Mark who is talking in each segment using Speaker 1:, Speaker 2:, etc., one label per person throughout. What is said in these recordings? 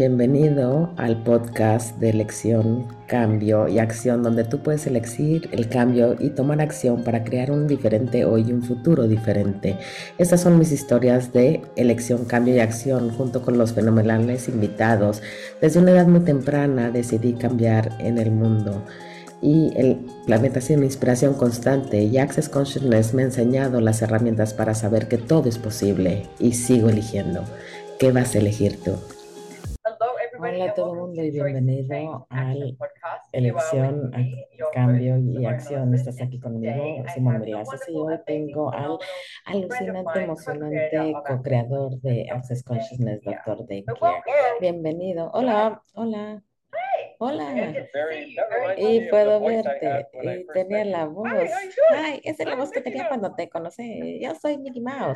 Speaker 1: bienvenido al podcast de elección, cambio y acción, donde tú puedes elegir el cambio y tomar acción para crear un diferente hoy y un futuro diferente. Estas son mis historias de elección, cambio y acción, junto con los fenomenales invitados. Desde una edad muy temprana decidí cambiar en el mundo. Y el planeta ha sido una inspiración constante y Access Consciousness me ha enseñado las herramientas para saber que todo es posible y sigo eligiendo. ¿Qué vas a elegir tú? Hola a todo el mundo y bienvenido al Elección, Cambio y Acción. Estás aquí conmigo, Simón Velázquez, y hoy tengo al alucinante, emocionante co-creador de Access Consciousness, Dr. Dave Care. Bienvenido. Hola, hola, hola. Y puedo verte. Y tenía la voz. Ay, esa es la voz que tenía cuando te conocí. Yo soy Mickey Mouse.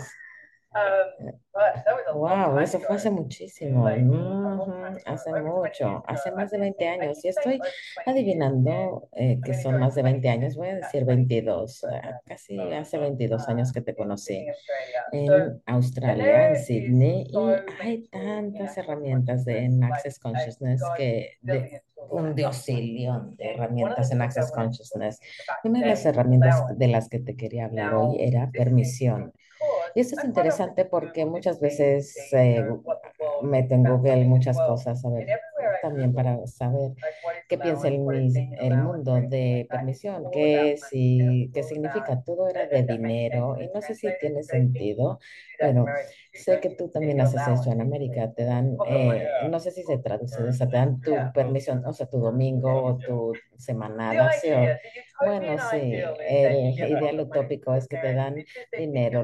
Speaker 1: Wow, eso fue hace muchísimo. Ujú, hace mucho, hace más de 20 años. Y estoy adivinando que son más de 20 años, voy a decir 22, casi hace 22 años que te conocí en Australia, en Sydney, y hay tantas herramientas en Access Consciousness un diosillón de herramientas en Access Consciousness. Una de las herramientas de las que te quería hablar hoy era permisión. Y esto es interesante porque muchas veces meto en Google muchas cosas, a ver, también para saber qué piensa el mundo de permisión, qué significa. Todo era de dinero y no sé si tiene sentido, pero sé que tú también haces eso en América. Te dan, no sé si se traduce de esa, te dan tu permisión, o sea, tu domingo o tu semanada. Sí, bueno, sí, el ideal utópico es que te dan dinero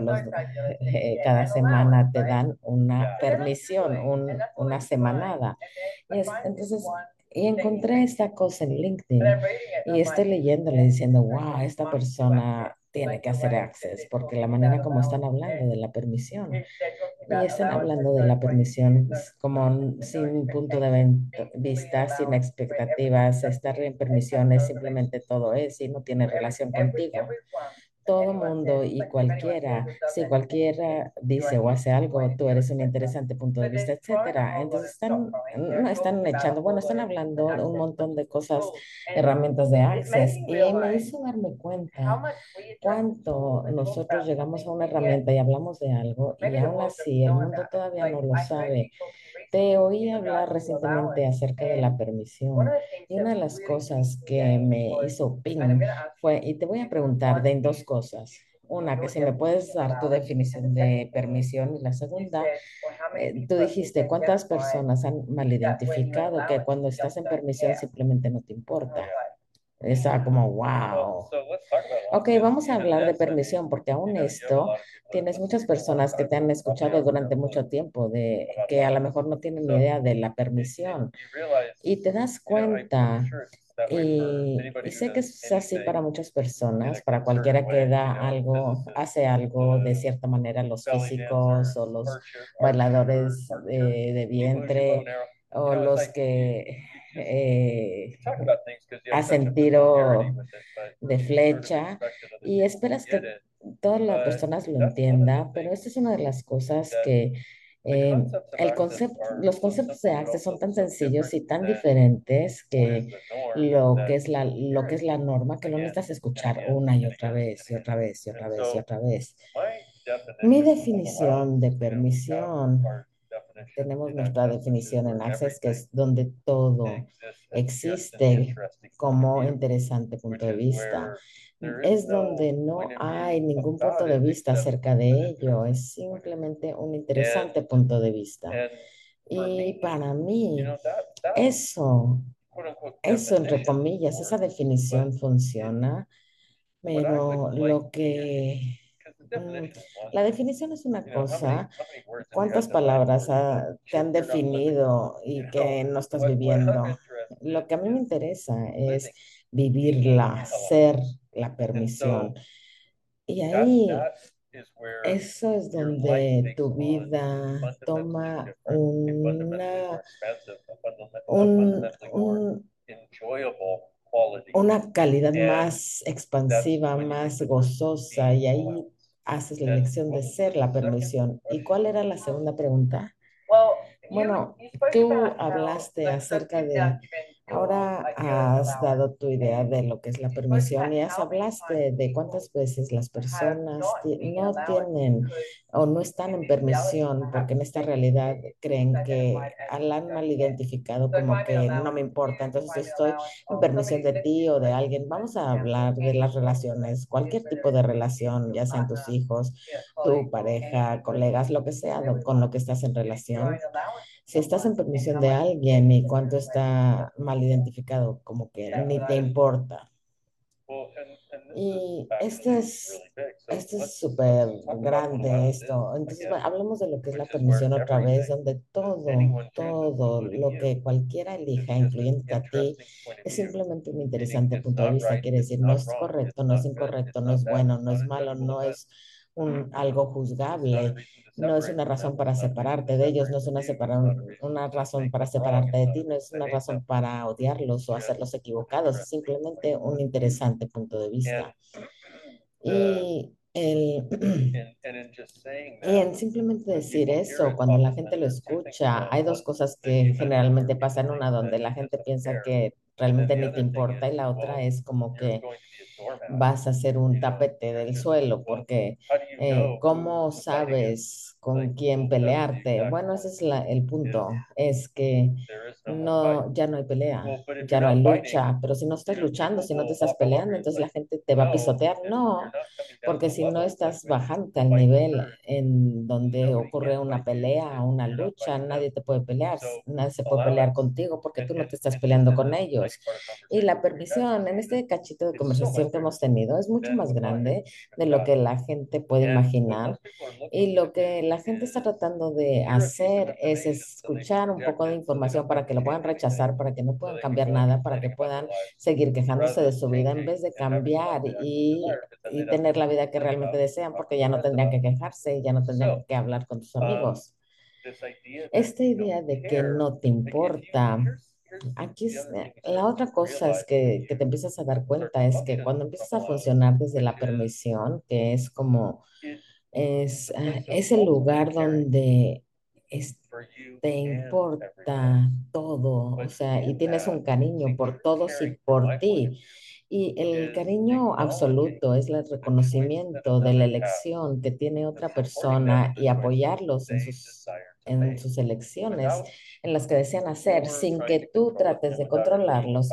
Speaker 1: cada semana, te dan una permisión, una semanada. Entonces, y encontré esta cosa en LinkedIn y estoy leyéndole diciendo, wow, esta persona tiene que hacer access, porque la manera como están hablando de la permisión, y están hablando de la permisión como sin punto de vista, sin expectativas, estar en permisiones, simplemente todo es y no tiene relación contigo. Todo mundo y cualquiera, si cualquiera dice o hace algo, tú eres un interesante punto de vista, etcétera. Entonces no están echando, bueno, están hablando de un montón de cosas, herramientas de Access, y me hizo darme cuenta cuánto nosotros llegamos a una herramienta y hablamos de algo y aún así el mundo todavía no lo sabe. Te oí hablar recientemente acerca de la permisión y una de las cosas que me hizo ping fue, y te voy a preguntar de dos cosas. Una, que si me puedes dar tu definición de permisión, y la segunda, tú dijiste, ¿cuántas personas han mal identificado que cuando estás en permisión simplemente no te importa? Está como, wow. Ok, vamos a hablar de permisión, porque aún esto tienes muchas personas que te han escuchado durante mucho tiempo de que a lo mejor no tienen ni idea de la permisión y te das cuenta. Y sé que es así para muchas personas, para cualquiera que da algo, hace algo de cierta manera, los físicos o los bailadores de vientre o los que hacen tiro de flecha y esperas que todas las personas lo entiendan, pero esta es una de las cosas que los conceptos de Access son tan sencillos y tan diferentes que lo que es la norma, que lo necesitas escuchar una y otra vez y otra vez y otra vez y otra vez. Mi definición de permisión, tenemos nuestra definición en Access, que es donde todo existe como interesante punto de vista. Es donde no hay ningún punto de vista acerca de ello, es simplemente un interesante punto de vista. Y para mí, eso, eso entre comillas, esa definición funciona, pero la definición es una cosa, cuántas palabras te han definido y que no estás viviendo. Lo que a mí me interesa es vivirla, ser la permisión. Y ahí, eso es donde tu vida toma un- un- una calidad más expansiva, más gozosa, y ahí haces la elección de ser la permisión. ¿Y cuál era la segunda pregunta? Bueno, tú hablaste acerca de, ahora has dado tu idea de lo que es la permisión y has hablaste de cuántas veces las personas no tienen o no están en permisión porque en esta realidad creen que la han mal identificado como que no me importa, entonces estoy en permisión de ti o de alguien. Vamos a hablar de las relaciones, cualquier tipo de relación, ya sean tus hijos, tu pareja, colegas, lo que sea con lo que estás en relación. Si estás en permisión de alguien y cuánto está mal identificado, como que ni te importa. Y esto es súper grande esto. Entonces, bueno, hablemos de lo que es la permisión otra vez, donde todo lo que cualquiera elija, incluyendo a ti, es simplemente un interesante punto de vista. Quiere decir, no es correcto, no es incorrecto, no es bueno, no es malo, no es algo juzgable, no es una razón para separarte de ellos, no es una razón para separarte de ti, no es una razón para odiarlos o hacerlos equivocados, es simplemente un interesante punto de vista. Y y en simplemente decir eso, cuando la gente lo escucha, hay dos cosas que generalmente pasan. Una donde la gente piensa que realmente ni te importa y la otra es como que vas a hacer un tapete del suelo, porque ¿cómo sabes con quién pelearte? Bueno, ese es el punto, es que no, ya no hay pelea, ya no hay lucha, pero si no estás luchando, si no te estás peleando, entonces la gente te va a pisotear. No, porque si no estás bajante al nivel en donde ocurre una pelea, una lucha, nadie te puede pelear, nadie se puede pelear contigo porque tú no te estás peleando con ellos. Y la permisión en este cachito de conversación que hemos tenido es mucho más grande de lo que la gente puede imaginar. Y lo que la gente está tratando de hacer es escuchar un poco de información para que lo puedan rechazar, para que no puedan cambiar nada, para que puedan seguir quejándose de su vida en vez de cambiar y tener la vida que realmente desean, porque ya no tendrían que quejarse y ya no tendrían que hablar con sus amigos. Esta idea de que no te importa, aquí la otra cosa es que te empiezas a dar cuenta es que cuando empiezas a funcionar desde la permisión, que es como es el lugar donde te importa todo, o sea, y tienes un cariño por todos y por ti. Y el cariño absoluto es el reconocimiento de la elección que tiene otra persona y apoyarlos en sus elecciones, en las que desean hacer, sin que tú trates de controlarlos,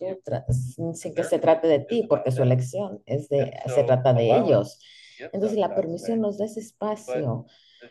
Speaker 1: sin que se trate de ti, porque su elección se trata de ellos. Entonces la permisión nos da ese espacio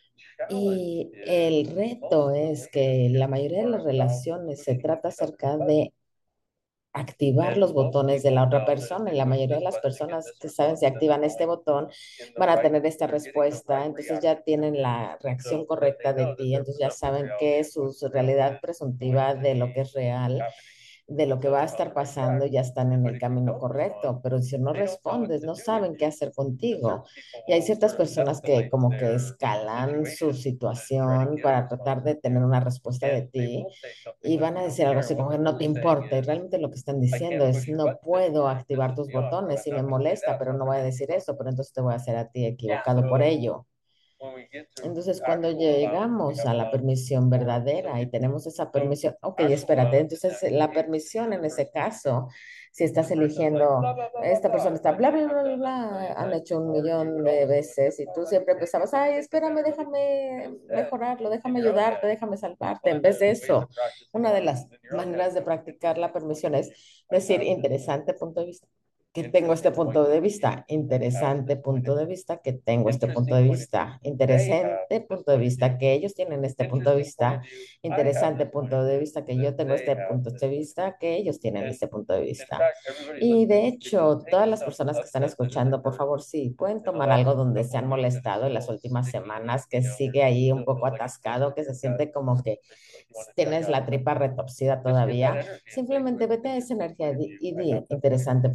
Speaker 1: y el reto es que la mayoría de las relaciones se trata acerca de activar los botones de la otra persona y la mayoría de las personas que saben si activan este botón van a tener esta respuesta, entonces ya tienen la reacción correcta de ti, entonces ya saben qué es su realidad presuntiva de lo que es real, de lo que va a estar pasando, ya están en el camino correcto, pero si no respondes, no saben qué hacer contigo. Y hay ciertas personas que como que escalan su situación para tratar de tener una respuesta de ti y van a decir algo así como que no te importa. Y realmente lo que están diciendo es no puedo activar tus botones y me molesta, pero no voy a decir eso, pero entonces te voy a hacer a ti equivocado por ello. Entonces, cuando llegamos a la permisión verdadera y tenemos esa permisión, ok, espérate, entonces la permisión en ese caso, si estás eligiendo, esta persona está bla, bla, bla, bla, bla, han hecho un millón de veces y tú siempre pensabas, ay, espérame, déjame mejorarlo, déjame ayudarte, déjame salvarte. En vez de eso, una de las maneras de practicar la permisión es decir, interesante punto de vista que tengo este punto de vista, interesante punto de vista, que tengo este punto de vista, interesante punto de vista, que ellos tienen este punto de vista, interesante punto de vista, que yo tengo este punto de vista, que ellos tienen este punto de vista. Y de hecho, todas las personas que están escuchando, por favor, sí, pueden tomar algo donde se han molestado en las últimas semanas, que sigue ahí un poco atascado, que se siente como que tienes la tripa retorcida todavía, simplemente vete a esa energía y di, interesante punto de vista.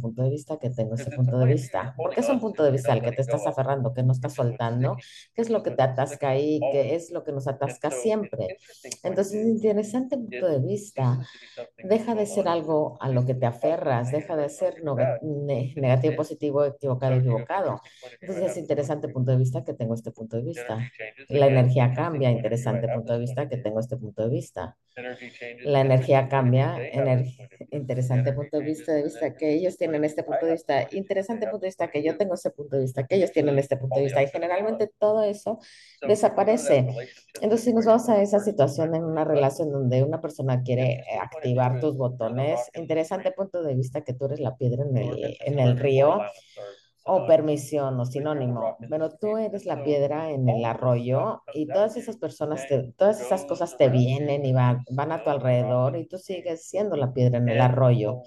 Speaker 1: vista que tengo ese punto de vista. Porque es un punto de vista al que te estás aferrando, que no estás soltando, que es lo que te atasca ahí, que es lo que nos atasca siempre. Entonces, interesante punto de vista. Deja de ser algo a lo que te aferras, deja de ser negativo, positivo, equivocado, equivocado. Entonces, es interesante punto de vista que tengo este punto de vista. La energía cambia, interesante punto de vista que tengo este punto de vista. La energía cambia, interesante punto de vista que ellos tienen este punto de vista, interesante punto de vista que yo tengo ese punto de vista, que ellos tienen este punto de vista, y generalmente todo eso desaparece. Entonces, si nos vamos a esa situación en una relación donde una persona quiere activar tus botones, interesante punto de vista que tú eres la piedra en el río, o permisión o sinónimo, pero tú eres la piedra en el arroyo y todas esas personas, todas esas cosas te vienen y van a tu alrededor y tú sigues siendo la piedra en el arroyo.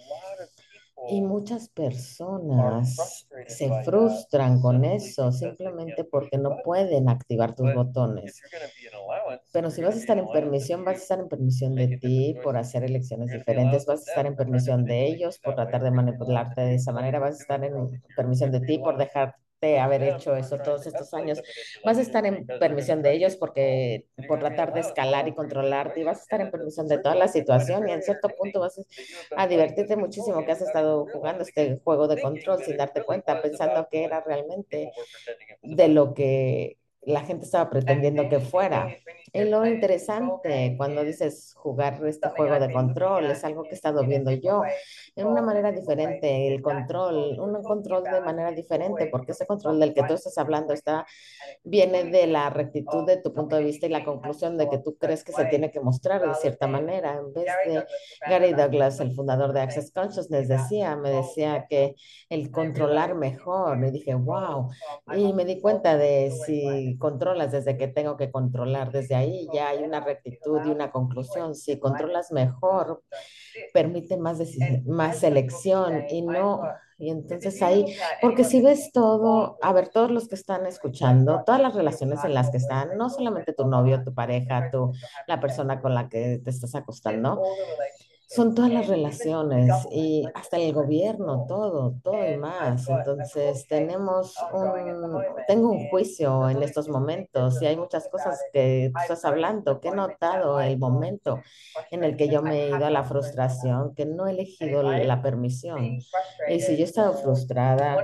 Speaker 1: Y muchas personas se frustran con eso simplemente porque no pueden activar tus botones. Pero si vas a estar en permisión, vas a estar en permisión de ti por hacer elecciones diferentes, vas a estar en permisión de ellos por tratar de manipularte de esa manera, vas a estar en permisión de ti por dejarte haber hecho eso todos estos años, vas a estar en permisión de ellos porque por tratar de escalar y controlarte, y vas a estar en permisión de toda la situación y en cierto punto vas a divertirte muchísimo que has estado jugando este juego de control sin darte cuenta, pensando que era realmente de lo que la gente estaba pretendiendo que fuera. Y lo interesante cuando dices jugar este juego de control es algo que he estado viendo yo en una manera diferente, el control, un control de manera diferente, porque ese control del que tú estás hablando viene de la rectitud de tu punto de vista y la conclusión de que tú crees que se tiene que mostrar de cierta manera, en vez de Gary Douglas, el fundador de Access Consciousness, me decía que el controlar mejor, y dije, wow, y me di cuenta de si controlas desde que tengo que controlar, desde ahí ya hay una rectitud y una conclusión, si controlas mejor, permite más elección y no, y entonces ahí, porque si ves todo, a ver, todos los que están escuchando, todas las relaciones en las que están, no solamente tu novio, tu pareja, la persona con la que te estás acostando, son todas las relaciones y hasta el gobierno, todo y más. Entonces, tengo un juicio en estos momentos y hay muchas cosas que tú estás hablando, que he notado el momento en el que yo me he ido a la frustración, que no he elegido la permisión. Y si yo he estado frustrada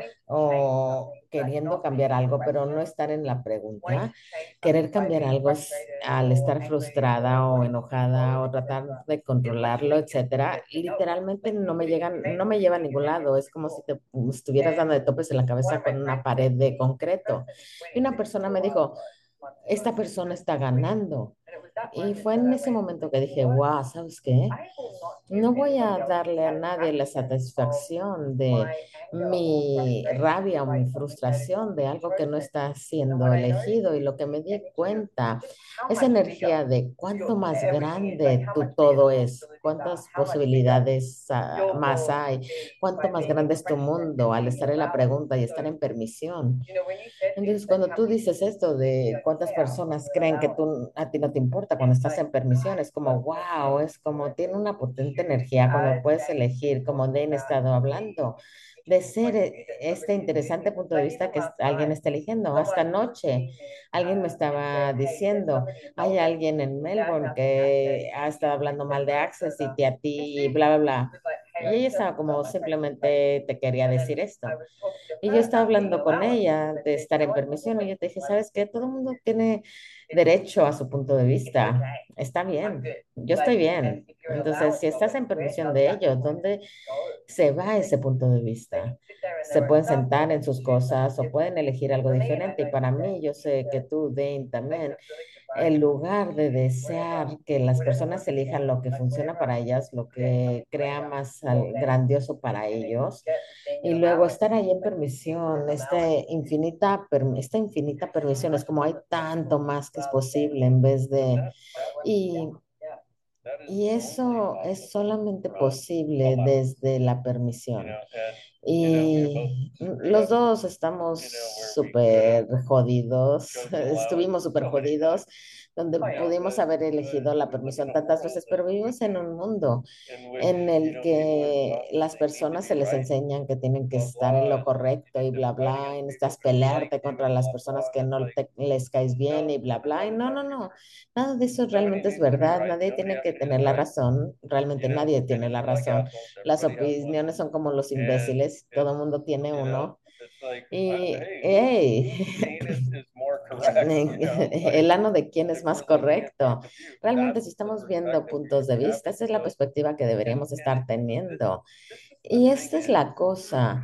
Speaker 1: o queriendo cambiar algo, pero no estar en la pregunta, querer cambiar algo al estar frustrada o enojada o tratar de controlarlo, etcétera, literalmente no me lleva a ningún lado. Es como si te estuvieras dando de topes en la cabeza con una pared de concreto. Y una persona me dijo, esta persona está ganando. Y fue en ese momento que dije, wow, ¿sabes qué? No voy a darle a nadie la satisfacción de mi rabia o mi frustración de algo que no está siendo elegido. Y lo que me di cuenta, esa energía de cuánto más grande tu todo es, cuántas posibilidades más hay, cuánto más grande es tu mundo al estar en la pregunta y estar en permisión. Entonces, cuando tú dices esto de cuántas personas creen que a ti no te importa cuando estás en permisión, es como, wow, es como tiene una potente energía cuando puedes elegir, como Dane ha estado hablando, de ser este interesante punto de vista que alguien está eligiendo. Hasta anoche alguien me estaba diciendo, hay alguien en Melbourne que ha estado hablando mal de Access y a ti, y bla, bla, bla. Y ella estaba como simplemente te quería decir esto. Y yo estaba hablando con ella de estar en permisión y yo te dije, ¿sabes qué? Todo el mundo tiene derecho a su punto de vista. Está bien, yo estoy bien. Entonces, si estás en permisión de ello, ¿dónde se va ese punto de vista? Se pueden sentar en sus cosas o pueden elegir algo diferente. Y para mí, yo sé que tú, Dane, también, en lugar de desear que las personas elijan lo que funciona para ellas, lo que crea más grandioso para ellos, y luego estar ahí en permisión, esta infinita permisión, es como hay tanto más que es posible en vez de... Y, y eso es solamente posible desde la permisión. Y los dos estamos súper jodidos, estuvimos súper jodidos, donde pudimos haber elegido la permisión tantas veces, pero vivimos en un mundo en el que las personas se les enseñan que tienen que estar en lo correcto y bla, bla, y necesitas pelearte contra las personas que no les caes bien y bla, bla, y no, no, no, nada de eso realmente es verdad, nadie tiene que tener la razón, realmente nadie tiene la razón. Las opiniones son como los imbéciles, todo el mundo tiene uno. Y, hey, el ano de quién es más correcto. Realmente, si estamos viendo puntos de vista, esa es la perspectiva que deberíamos estar teniendo. Y esta es la cosa.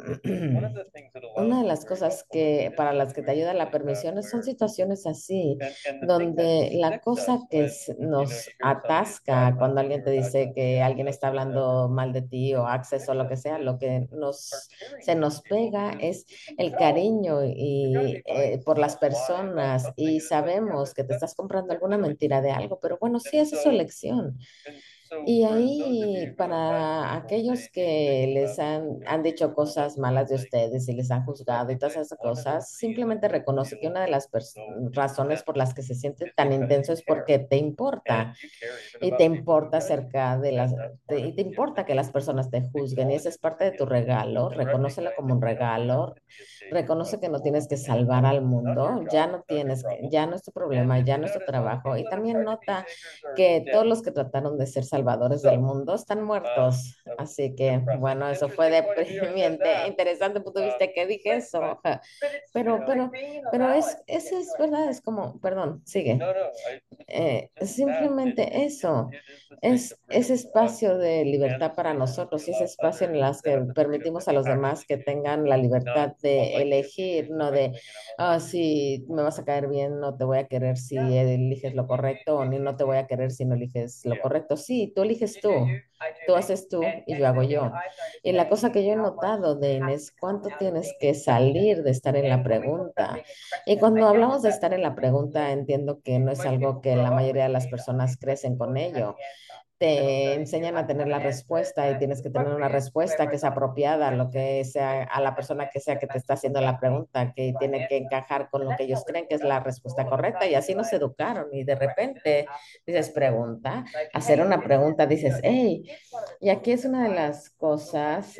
Speaker 1: Una de las cosas que para las que te ayuda la permisión son situaciones así, donde la cosa que nos atasca cuando alguien te dice que alguien está hablando mal de ti o acceso o lo que sea, lo que se nos pega es el cariño y por las personas y sabemos que te estás comprando alguna mentira de algo, pero bueno, sí, esa es su elección. Y ahí, para aquellos que han dicho cosas malas de ustedes y les han juzgado y todas esas cosas, simplemente reconoce que una de las razones por las que se siente tan intenso es porque te importa y te importa acerca de y te importa que las personas te juzguen y esa es parte de tu regalo, reconócelo como un regalo, reconoce que no tienes que salvar al mundo, ya no ya no es tu problema, ya no es tu trabajo y también nota que todos los que trataron de ser salvadores del mundo están muertos, así que bueno, eso fue deprimente, interesante punto de vista que dije eso, pero ese es verdad, es como, perdón, sigue. Simplemente eso, es ese espacio de libertad para nosotros y ese espacio en las que permitimos a los demás que tengan la libertad de elegir, no de, si me vas a caer bien, no te voy a querer si eliges lo correcto, o ni no te voy a querer si no eliges lo correcto. Sí, tú eliges tú haces tú y yo hago yo. Y la cosa que yo he notado, Dane, es cuánto tienes que salir de estar en la pregunta. Y cuando hablamos de estar en la pregunta, entiendo que no es algo que la mayoría de las personas crecen con ello. Te enseñan a tener la respuesta y tienes que tener una respuesta que es apropiada a lo que sea, a la persona que sea que te está haciendo la pregunta, que tiene que encajar con lo que ellos creen que es la respuesta correcta y así nos educaron y de repente dices pregunta, hacer una pregunta, dices, hey, y aquí es una de las cosas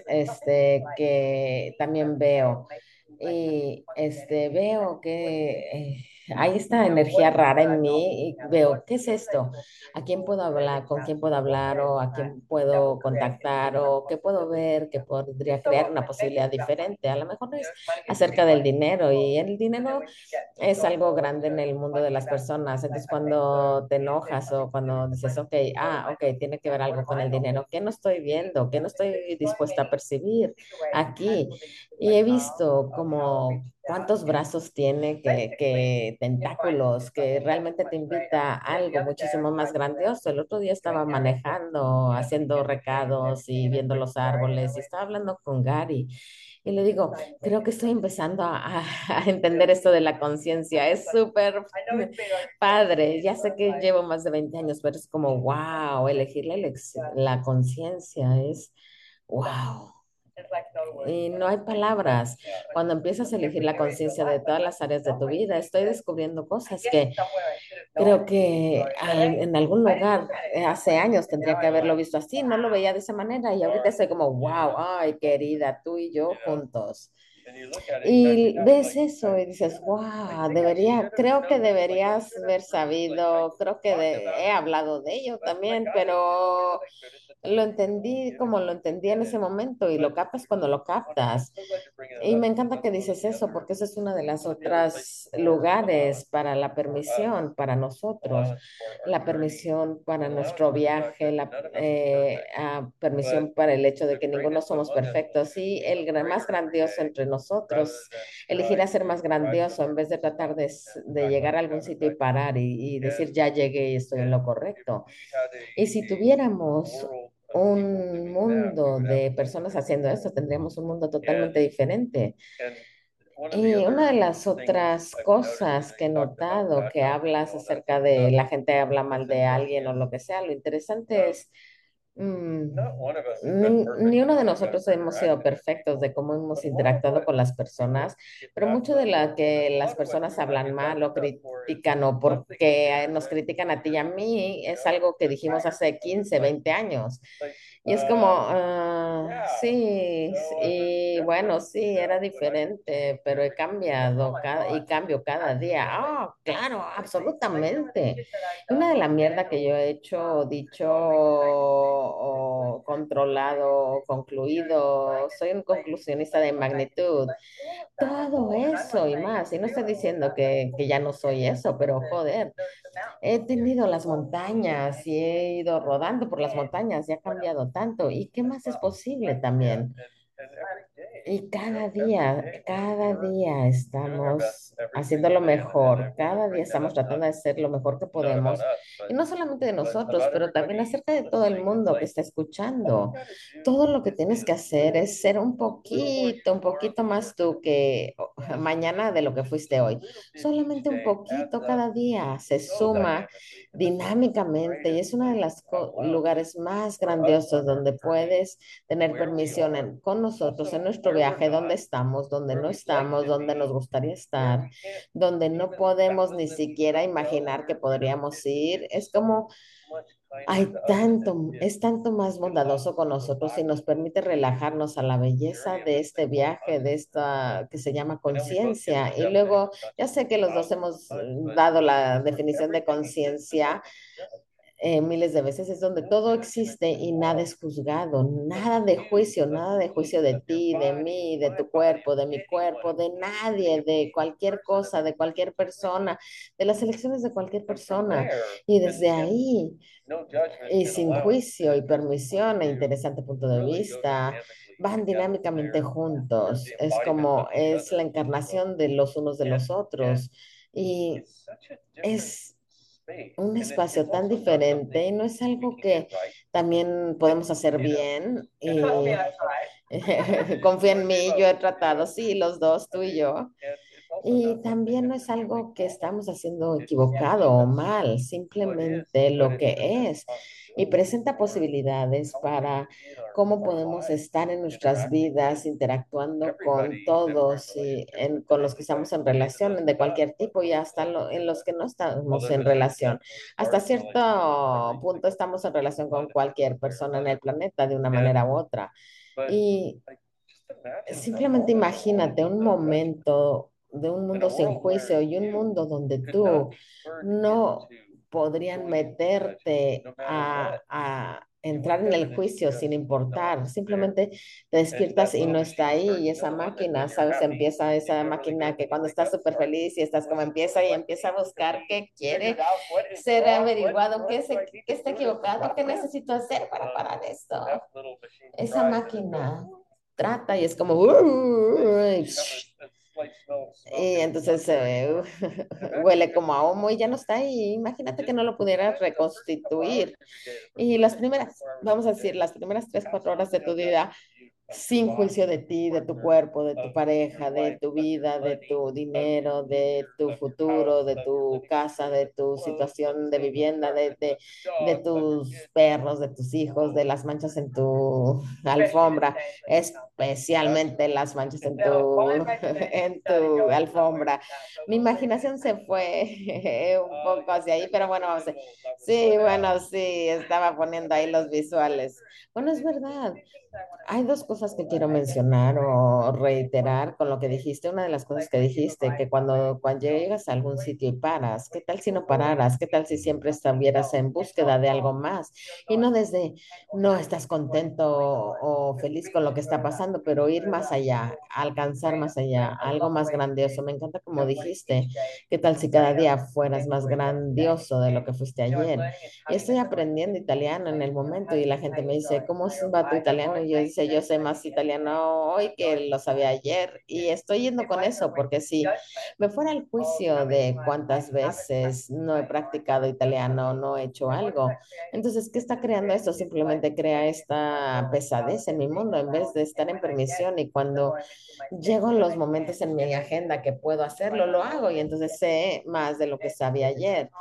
Speaker 1: que también veo. Y veo que hay esta energía rara en mí y veo, ¿qué es esto? ¿A quién puedo hablar? ¿Con quién puedo hablar? ¿O a quién puedo contactar? ¿O qué puedo ver que podría crear una posibilidad diferente? A lo mejor es acerca del dinero y el dinero es algo grande en el mundo de las personas. Entonces, cuando te enojas o cuando dices, ok, ok, tiene que ver algo con el dinero, ¿qué no estoy viendo? ¿Qué no estoy dispuesta a percibir aquí? Y he visto como cuántos brazos tiene, que tentáculos, que realmente te invita a algo muchísimo más grandioso. El otro día estaba manejando, haciendo recados y viendo los árboles y estaba hablando con Gary. Y le digo, creo que estoy empezando a entender esto de la conciencia. Es súper padre. Ya sé que llevo más de 20 años, pero es como, wow, elegir la conciencia es, wow. Y no hay palabras. Cuando empiezas a elegir la conciencia de todas las áreas de tu vida, estoy descubriendo cosas que creo que en algún lugar hace años tendría que haberlo visto así, no lo veía de esa manera y ahorita estoy como, wow, ay, querida, tú y yo juntos. Y ves eso y dices, wow, creo que deberías haber sabido, creo que he hablado de ello también, pero lo entendí como lo entendí en ese momento y lo captas cuando lo captas. Y me encanta que dices eso, porque esa es una de las otras lugares para la permisión para nosotros, la permisión para nuestro viaje, la permisión para el hecho de que ninguno somos perfectos y más grandioso entre nosotros, elegir a ser más grandioso en vez de tratar de llegar a algún sitio y parar y decir, ya llegué y estoy en lo correcto. Y si tuviéramos un mundo de personas haciendo esto, tendríamos un mundo totalmente diferente. Y una de las otras cosas que he notado que hablas acerca de la gente habla mal de alguien o lo que sea, lo interesante es Mm, ni uno de nosotros hemos sido perfectos de cómo hemos interactuado con las personas, pero mucho de la que las personas hablan mal o critican o porque nos critican a ti y a mí es algo que dijimos hace 15, 20 años. Y es como, sí, y bueno, sí, era diferente, pero he cambiado y cambio cada día. Ah, claro, absolutamente. Una de la mierda que yo he hecho, dicho o controlado o concluido, soy un conclusionista de magnitud. Todo eso y más. Y no estoy diciendo que ya no soy eso, pero joder, he tenido las montañas y he ido rodando por las montañas y ha cambiado tanto. ¿Y qué más es posible también? Y cada día estamos haciendo lo mejor, cada día estamos tratando de hacer lo mejor que podemos. Y no solamente de nosotros, pero también acerca de todo el mundo que está escuchando. Todo lo que tienes que hacer es ser un poquito más tú que mañana de lo que fuiste hoy. Solamente un poquito cada día se suma dinámicamente y es uno de los lugares más grandiosos donde puedes tener permisión con nosotros en nuestro viaje, dónde no estamos, dónde nos gustaría estar, donde no podemos ni siquiera imaginar que podríamos ir. Es como es tanto más bondadoso con nosotros y nos permite relajarnos a la belleza de este viaje, de esta que se llama conciencia. Y luego, ya sé que los dos hemos dado la definición de conciencia miles de veces, es donde todo existe y nada es juzgado, nada de juicio de ti, de mí, de tu cuerpo, de mi cuerpo, de nadie, de cualquier cosa, de cualquier persona, de las elecciones de cualquier persona. Y desde ahí, y sin juicio y permisión e interesante punto de vista, van dinámicamente juntos. Es como es la encarnación de los unos de los otros. Y es un espacio tan diferente y no es algo que también podemos hacer bien. Y confía en mí, yo he tratado, sí, los dos, tú y yo. Y también no es algo que estamos haciendo equivocado o mal, simplemente lo que es. Y presenta posibilidades para cómo podemos estar en nuestras vidas interactuando con todos y con los que estamos en relación de cualquier tipo y hasta en los que no estamos en relación. Hasta cierto punto estamos en relación con cualquier persona en el planeta de una manera u otra. Y simplemente imagínate un momento de un mundo sin juicio y un mundo donde tú no podrían meterte a entrar en el juicio sin importar. Simplemente te despiertas y no está ahí. Y esa máquina, ¿sabes? Empieza esa máquina que cuando estás súper feliz y estás como empieza y empieza a buscar qué quiere ser averiguado, qué está equivocado, qué necesito hacer para parar esto. Esa máquina trata y es como... y entonces huele como a homo y ya no está ahí. Imagínate que no lo pudieras reconstituir. Y las primeras, vamos a decir, las primeras 3, 4 horas de tu vida sin juicio de ti, de tu cuerpo, de tu pareja, de tu vida, de tu dinero, de tu futuro, de tu casa, de tu situación de vivienda, de tus perros, de tus hijos, de las manchas en tu alfombra, especialmente las manchas en en tu alfombra. Mi imaginación se fue un poco hacia ahí, pero bueno, vamos a... Sí, bueno, sí, estaba poniendo ahí los visuales. Bueno, es verdad. Hay dos cosas que quiero mencionar o reiterar con lo que dijiste. Una de las cosas que dijiste, que cuando llegas a algún sitio y paras, ¿qué tal si no pararas? ¿Qué tal si siempre estuvieras en búsqueda de algo más? Y no desde, no estás contento o feliz con lo que está pasando, pero ir más allá, alcanzar más allá, algo más grandioso. Me encanta como dijiste, ¿qué tal si cada día fueras más grandioso de lo que fuiste ayer? Y estoy aprendiendo italiano en el momento y la gente me dice, ¿cómo va tu italiano? Y yo dice, yo sé más italiano hoy que lo sabía ayer y estoy yendo con eso porque si me fuera al juicio de cuántas veces no he practicado italiano, no he hecho algo, entonces, ¿qué está creando esto? Simplemente crea esta pesadez en mi mundo en vez de estar en permisión y cuando llego en los momentos en mi agenda que puedo hacerlo, lo hago y entonces sé más de lo que sabía ayer.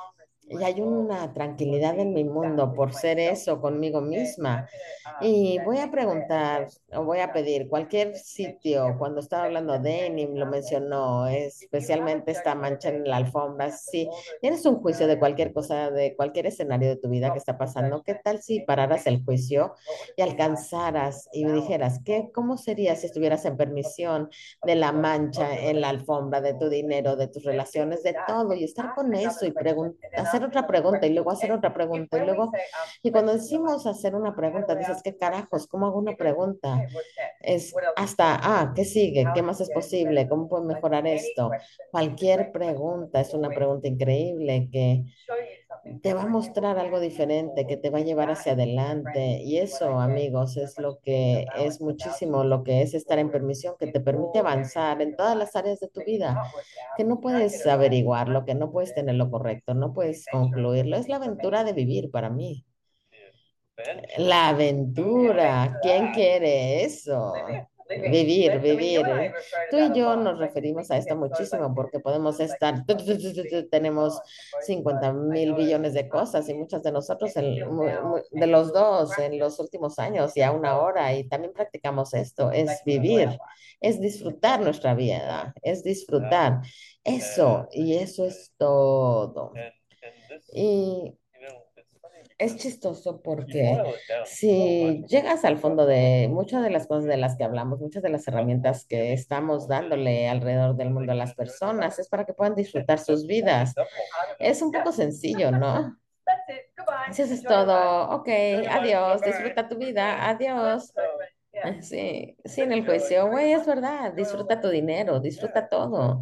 Speaker 1: y hay una tranquilidad en mi mundo por ser eso conmigo misma. Y voy a preguntar o voy a pedir cualquier sitio, cuando estaba hablando de Enim, lo mencionó, especialmente esta mancha en la alfombra. Si tienes un juicio de cualquier cosa, de cualquier escenario de tu vida que está pasando, ¿qué tal si pararas el juicio y alcanzaras y dijeras, cómo sería si estuvieras en permisión de la mancha en la alfombra, de tu dinero, de tus relaciones, de todo, y estar con eso y hacer otra pregunta y luego hacer otra pregunta y luego, y cuando decimos hacer una pregunta, dices, ¿qué carajos? ¿Cómo hago una pregunta? Es hasta, ¿qué sigue? ¿Qué más es posible? ¿Cómo puedo mejorar esto? Cualquier pregunta es una pregunta increíble que te va a mostrar algo diferente, que te va a llevar hacia adelante. Y eso, amigos, es lo que es muchísimo, lo que es estar en permisión, que te permite avanzar en todas las áreas de tu vida, que no puedes averiguarlo, que no puedes tener lo correcto, no puedes concluirlo. Es la aventura de vivir para mí. La aventura, ¿quién quiere eso? Vivir, vivir. Tú y yo nos referimos a esto muchísimo porque podemos estar, tenemos 50.000 billones de cosas y muchas de nosotros, de los dos, en los últimos años y aún ahora, y también practicamos esto, es vivir, es disfrutar nuestra vida, es disfrutar eso, y eso es todo. Y es chistoso porque si llegas al fondo de muchas de las cosas de las que hablamos, muchas de las herramientas que estamos dándole alrededor del mundo a las personas, es para que puedan disfrutar sus vidas. Es un poco sencillo, ¿no? Si eso es todo, ok, adiós, disfruta tu vida, adiós. Sí, sí, en el juicio, güey, es verdad, disfruta tu dinero, disfruta todo.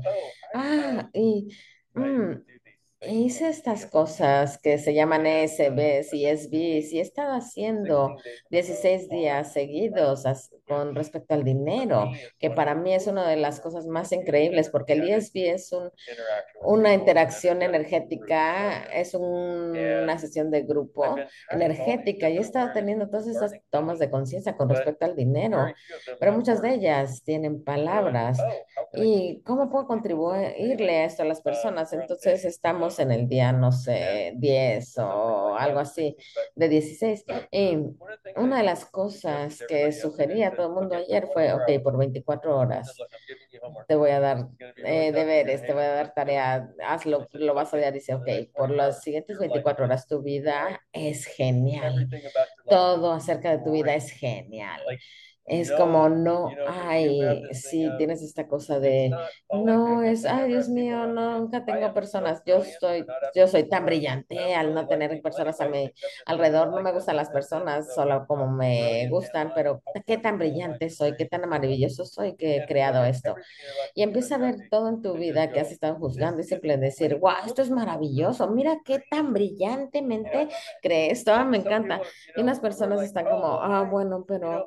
Speaker 1: Mm, hice estas cosas que se llaman ESBs y SBs y he estado haciendo 16 días seguidos con respecto al dinero, que para mí es una de las cosas más increíbles porque el ESB es una interacción energética, es una sesión de grupo energética y he estado teniendo todas esas tomas de conciencia con respecto al dinero, pero muchas de ellas tienen palabras. ¿Y cómo puedo contribuirle a esto a las personas? Entonces estamos en el día, no sé, 10 o algo así, de 16. Y una de las cosas que sugería a todo el mundo ayer fue, ok, por 24 horas te voy a dar deberes, te voy a dar tarea, hazlo, lo vas a odiar. Dice, ok, por las siguientes 24 horas tu vida es genial. Todo acerca de tu vida es genial. Es como no hay, sí, tienes esta cosa de, no es, ay, Dios mío, nunca tengo personas. Yo soy tan brillante al no tener personas a mi alrededor. No me gustan las personas solo como me gustan, pero qué tan brillante soy, qué tan maravilloso soy que he creado esto. Y empieza a ver todo en tu vida que has estado juzgando y simple decir, wow, esto es maravilloso, mira qué tan brillantemente crees, todo me encanta. Y unas personas están como, bueno, pero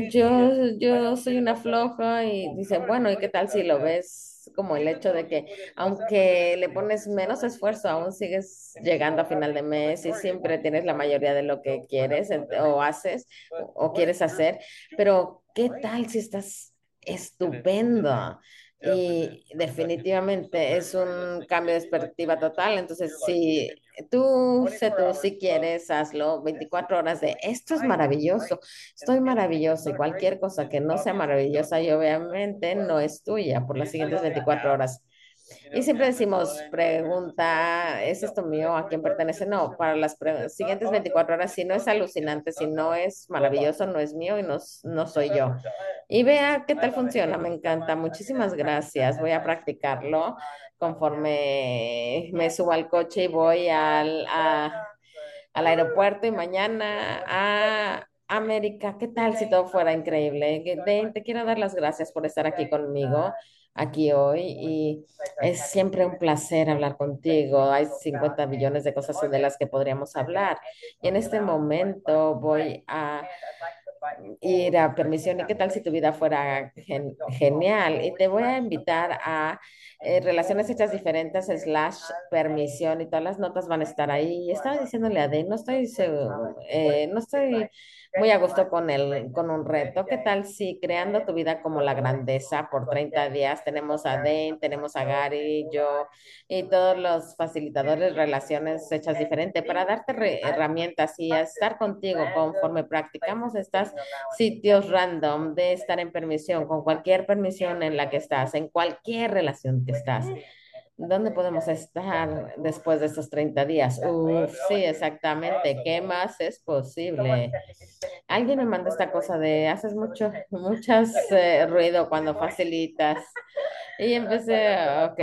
Speaker 1: yo soy una floja y dicen, bueno, ¿y qué tal si lo ves? Como el hecho de que aunque le pones menos esfuerzo, aún sigues llegando a final de mes y siempre tienes la mayoría de lo que quieres o haces o quieres hacer, pero ¿qué tal si estás estupendo? Y definitivamente es un cambio de perspectiva total. Entonces, si tú, si quieres, hazlo 24 horas de esto es maravilloso, estoy maravilloso y cualquier cosa que no sea maravillosa y obviamente no es tuya por las siguientes 24 horas. Y siempre decimos, pregunta, ¿es esto mío? ¿A quién pertenece? No, para las siguientes 24 horas, si no es alucinante, si no es maravilloso, no es mío y no soy yo. Y vea qué tal funciona, me encanta. Muchísimas gracias. Voy a practicarlo conforme me subo al coche y voy al aeropuerto y mañana a América. ¿Qué tal si todo fuera increíble? Dane, te quiero dar las gracias por estar aquí conmigo, aquí hoy. Y es siempre un placer hablar contigo. Hay 50 millones de cosas de las que podríamos hablar. Y en este momento voy a ir a permisión. ¿Y qué tal si tu vida fuera genial? Y te voy a invitar a relaciones hechas diferentes, slash permisión, y todas las notas van a estar ahí. Y estaba diciéndole a Dave, no estoy muy a gusto con un reto. ¿Qué tal si creando tu vida como la grandeza por 30 días tenemos a Dane, tenemos a Gary, yo y todos los facilitadores, relaciones hechas diferente para darte herramientas y a estar contigo conforme practicamos estas sitios random de estar en permisión, con cualquier permisión en la que estás, en cualquier relación que estás? ¿Dónde podemos estar después de estos 30 días? Uf, sí, exactamente. ¿Qué más es posible? Alguien me mandó esta cosa de haces muchas ruido cuando facilitas. Y empecé, ok,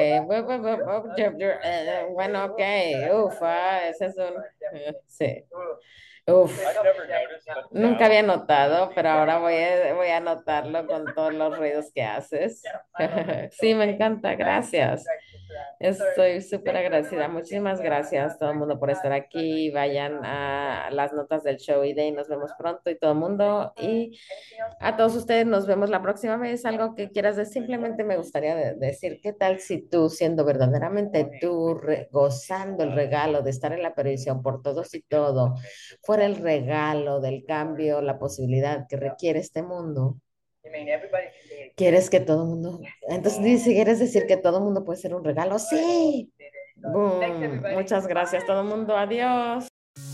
Speaker 1: bueno, ok, uf, ese es un, sí, uf. Nunca había notado, pero ahora voy a notarlo con todos los ruidos que haces. Sí, me encanta, gracias. Estoy súper agradecida. Muchísimas gracias todo el mundo por estar aquí. Vayan a las notas del show y de ahí nos vemos pronto y todo el mundo. Y a todos ustedes nos vemos la próxima vez. Algo que quieras decir, simplemente me gustaría decir, ¿qué tal si tú, siendo verdaderamente tú, gozando el regalo de estar en la perdición por todos y todo, fuera el regalo del cambio, la posibilidad que requiere este mundo? ¿Quieres que todo el mundo? Entonces dice, ¿quieres decir que todo el mundo puede ser un regalo? Sí. Boom. Muchas gracias todo el mundo. Adiós.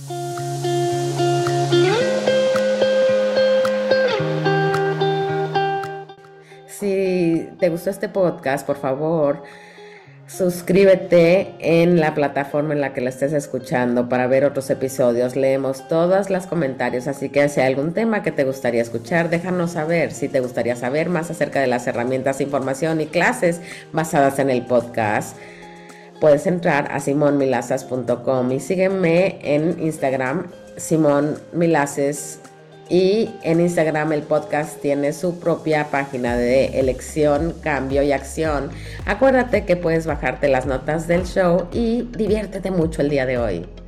Speaker 1: Si te gustó este podcast, por favor, suscríbete en la plataforma en la que la estés escuchando para ver otros episodios. Leemos todos los comentarios, así que si hay algún tema que te gustaría escuchar, déjanos saber. Si te gustaría saber más acerca de las herramientas, información y clases basadas en el podcast, puedes entrar a simonmilaces.com y sígueme en Instagram, Simón Milaces. Y en Instagram el podcast tiene su propia página de elección, cambio y acción. Acuérdate que puedes bajarte las notas del show y diviértete mucho el día de hoy.